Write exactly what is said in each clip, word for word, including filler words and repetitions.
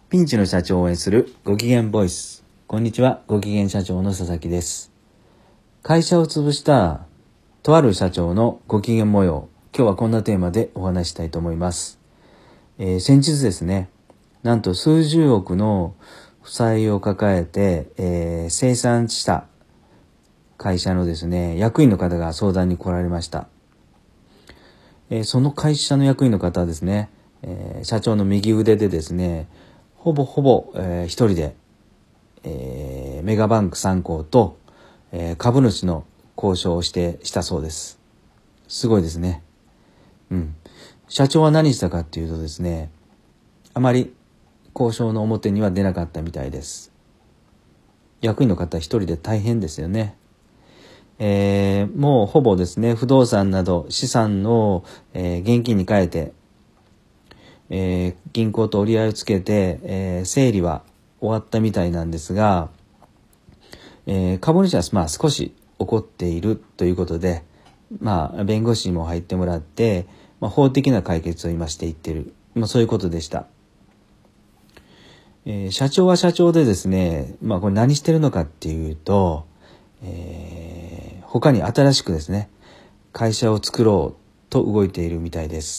ピンチの社長を応援するご機嫌ボイス。こんにちは、ご機嫌社長の佐々木です。会社を潰したとある社長のご機嫌模様、今日はこんなテーマでお話したいと思います。えー、先日ですね、なんと数十億の負債を抱えて、えー、清算した会社のですね、役員の方が相談に来られました。えー、その会社の役員の方はですね、えー、社長の右腕でですね、ほぼほぼ、えー、一人で、えー、メガバンクさん行と、えー、株主の交渉をしてしたそうです。すごいですね。うん。社長は何したかっていうとですね、あまり交渉の表には出なかったみたいです。役員の方一人で大変ですよね。えー、もうほぼですね、不動産など資産の、えー、現金に変えて、えー、銀行と折り合いをつけて、えー、整理は終わったみたいなんですが、えー、株主はまあ少し怒っているということで、まあ弁護士にも入ってもらって、まあ、法的な解決を今していっている、まあ、そういうことでした。えー、社長は社長でですね、まあこれ何してるのかっていうと、えー、他に新しくですね、会社を作ろうと動いているみたいです。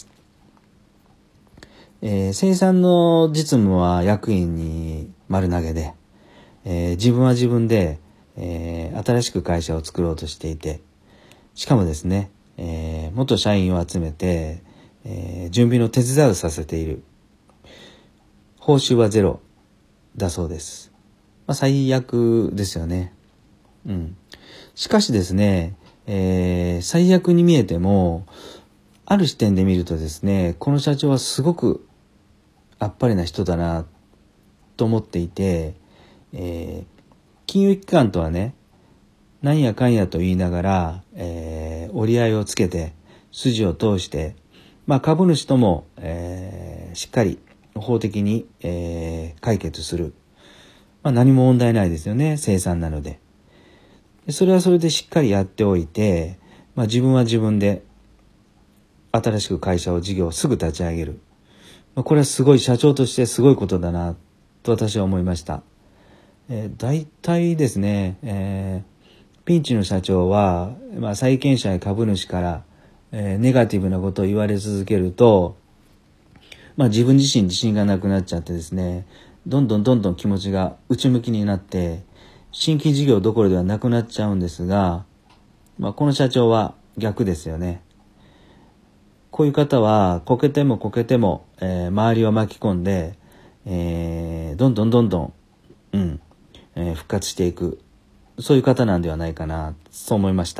えー、生産の実務は役員に丸投げで、えー、自分は自分で、えー、新しく会社を作ろうとしていて、しかもですね、えー、元社員を集めて、えー、準備の手伝いをさせている。報酬はゼロだそうです。まあ、最悪ですよね。うん。しかしですね、えー、最悪に見えても、ある視点で見るとですね、この社長はすごくあっぱれな人だなと思っていて、えー、金融機関とはね、なんやかんやと言いながら、えー、折り合いをつけて筋を通して、まあ、株主とも、えー、しっかり法的に、えー、解決する、まあ、何も問題ないですよね、清算なので。それはそれでしっかりやっておいて、まあ、自分は自分で新しく会社を事業をすぐ立ち上げる。これはすごい社長としてすごいことだなと私は思いました。えー、大体ですね、えー、ピンチの社長は、まあ、債権者や株主から、えー、ネガティブなことを言われ続けると、まあ、自分自身自信がなくなっちゃってですね、どんどんどんどん気持ちが内向きになって新規事業どころではなくなっちゃうんですが、まあ、この社長は逆ですよね。こういう方はこけてもこけても、えー、周りを巻き込んで、えー、どんどんどんどん、うんえー、復活していく、そういう方なんではないかな、そう思いました。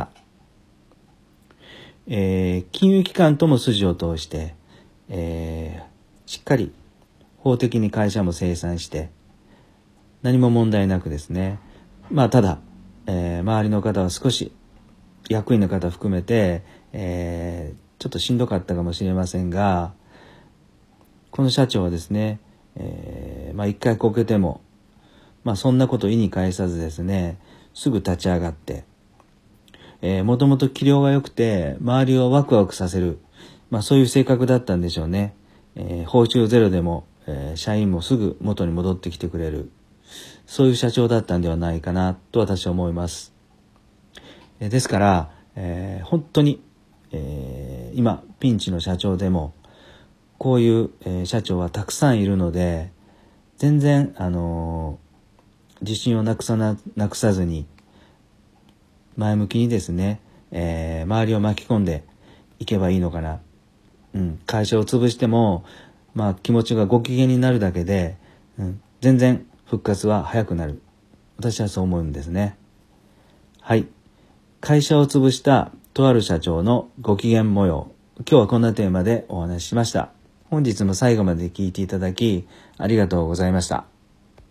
えー、金融機関とも筋を通して、えー、しっかり法的に会社も清算して何も問題なくですね、まあただ、えー、周りの方は少し役員の方含めて、えーちょっとしんどかったかもしれませんが、この社長はですね、えー、まあ一回こけても、まあそんなこと意に介さずですね、すぐ立ち上がって、えー、もともと器量が良くて、周りをワクワクさせる、まあそういう性格だったんでしょうね。えー、報酬ゼロでも、えー、社員もすぐ元に戻ってきてくれる、そういう社長だったんではないかなと私は思います。えー、ですから、えー、本当にえー、今ピンチの社長でもこういう、えー、社長はたくさんいるので、全然、あのー、自信をなくさな、なくさずに前向きにですね、えー、周りを巻き込んでいけばいいのかな。うん、会社を潰しても、まあ、気持ちがご機嫌になるだけで、うん、全然復活は早くなる。私はそう思うんですね。はい。会社を潰したとある社長のご機嫌模様。今日はこんなテーマでお話ししました。本日も最後まで聞いていただきありがとうございました。